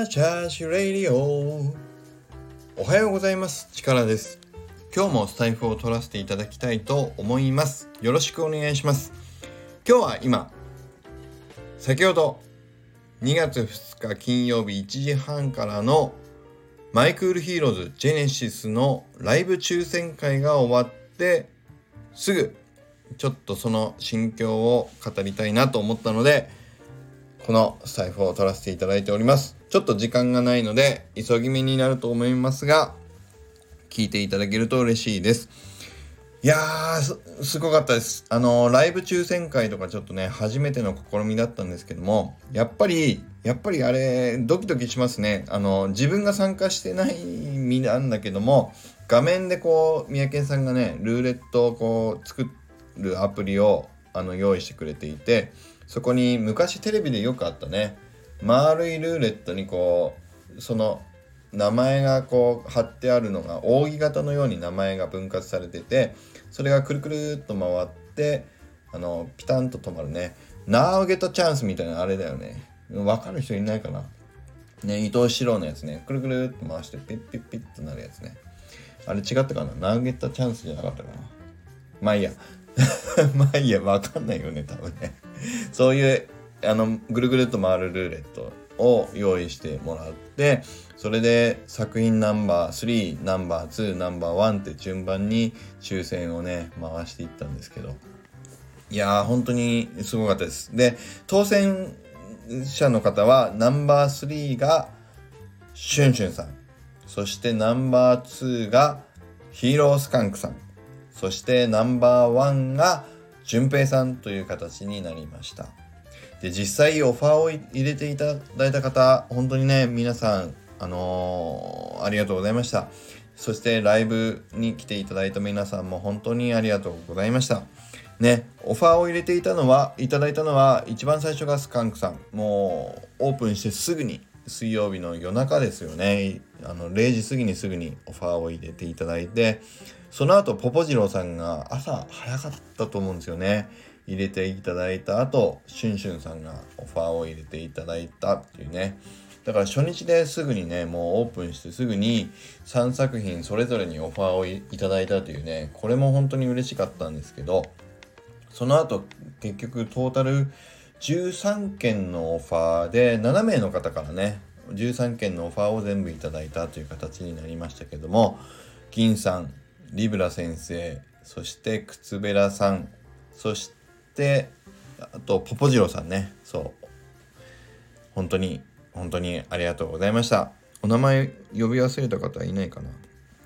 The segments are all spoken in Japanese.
チャーシュレディオ。おはようございます。力です。今日もスタイフを取らせていただきたいと思います。よろしくお願いします。今日は先ほど2月2日金曜日1時半からのマイクールヒーローズジェネシスのライブ抽選会が終わってすぐちょっとその心境を語りたいなと思ったので、このスタイフを取らせていただいております。ちょっと時間がないので急ぎ目になると思いますが、聞いていただけると嬉しいです。いやー すごかったです。ライブ抽選会とかちょっとね初めての試みだったんですけども、やっぱりあれドキドキしますね。自分が参加してない身なんだけども、画面でこう三宅さんがねルーレットをこう作るアプリを用意してくれていて、そこに昔テレビでよくあったね丸いルーレットにこうその名前がこう貼ってあるのが扇形のように名前が分割されてて、それがくるくるっと回ってピタンと止まるねナウゲットチャンスみたいなあれだよね。わかる人いないかなね。伊藤四郎のやつね、くるくるっと回してピッピッピッとなるやつね。あれ違ったかな。ナウゲットチャンスじゃなかったかな。まあいいやわかんないよね多分ね。そういうぐるぐるっと回るルーレットを用意してもらって、それで作品ナンバー3、ナンバー2、ナンバー1って順番に抽選をね回していったんですけど、いやー本当にすごかったです。で、当選者の方はナンバー3がシュンシュンさん、そしてナンバー2がヒーロースカンクさん、そしてナンバー1が順平さんという形になりました。で、実際オファーを入れていただいた方、本当にね皆さんありがとうございました。そしてライブに来ていただいた皆さんも本当にありがとうございましたね。オファーを入れていただいたのは一番最初がスカンクさん。もうオープンしてすぐに、水曜日の夜中ですよね、0時過ぎにすぐにオファーを入れていただいて、その後ポポジローさんが朝早かったと思うんですよね、入れていただいた後シュンシュンさんがオファーを入れていただいたっていうね。だから初日ですぐにねもうオープンしてすぐに3作品それぞれにオファーをいただいたというね、これも本当に嬉しかったんですけど、その後結局トータル13件のオファーで7名の方からね13件のオファーを全部いただいたという形になりましたけども、銀さん、リブラ先生、そして靴べらさん、そしてあとポポジロさんね。そう本当にありがとうございました。お名前呼び忘れた方いないかな。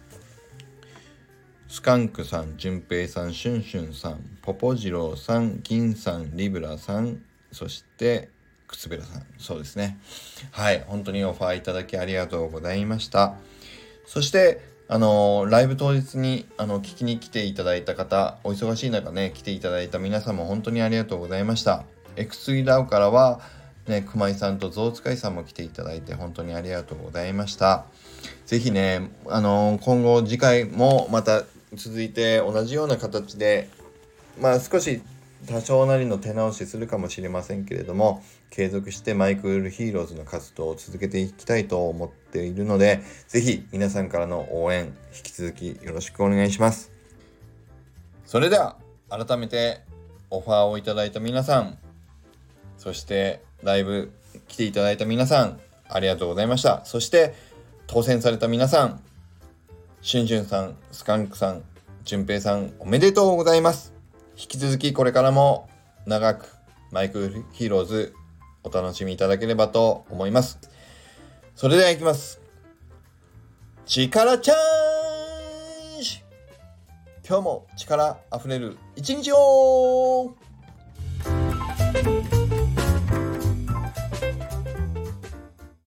スカンクさん、順平さん、シュンシュンさん、ポポジローさん、銀さん、リブラさん、そして靴べらさん。そうですね。はい、本当にオファーいただきありがとうございました。そしてライブ当日に聞きに来ていただいた方、お忙しい中ね来ていただいた皆さんも本当にありがとうございました。X3 ダウからはね、熊井さんとゾウ使いさんも来ていただいて本当にありがとうございました。ぜひね今後次回もまた続いて同じような形で少し多少なりの手直しするかもしれませんけれども、継続してマイクールヒーローズの活動を続けていきたいと思っているので、ぜひ皆さんからの応援引き続きよろしくお願いします。それでは改めてオファーをいただいた皆さん、そしてライブ来ていただいた皆さん、ありがとうございました。そして当選された皆さん、シュンシュンさん、スカンクさん、順平さん、おめでとうございます。引き続きこれからも長くマイクールヒーローズお楽しみいただければと思います。それではいきます。力チャージ。今日も力あふれる一日を。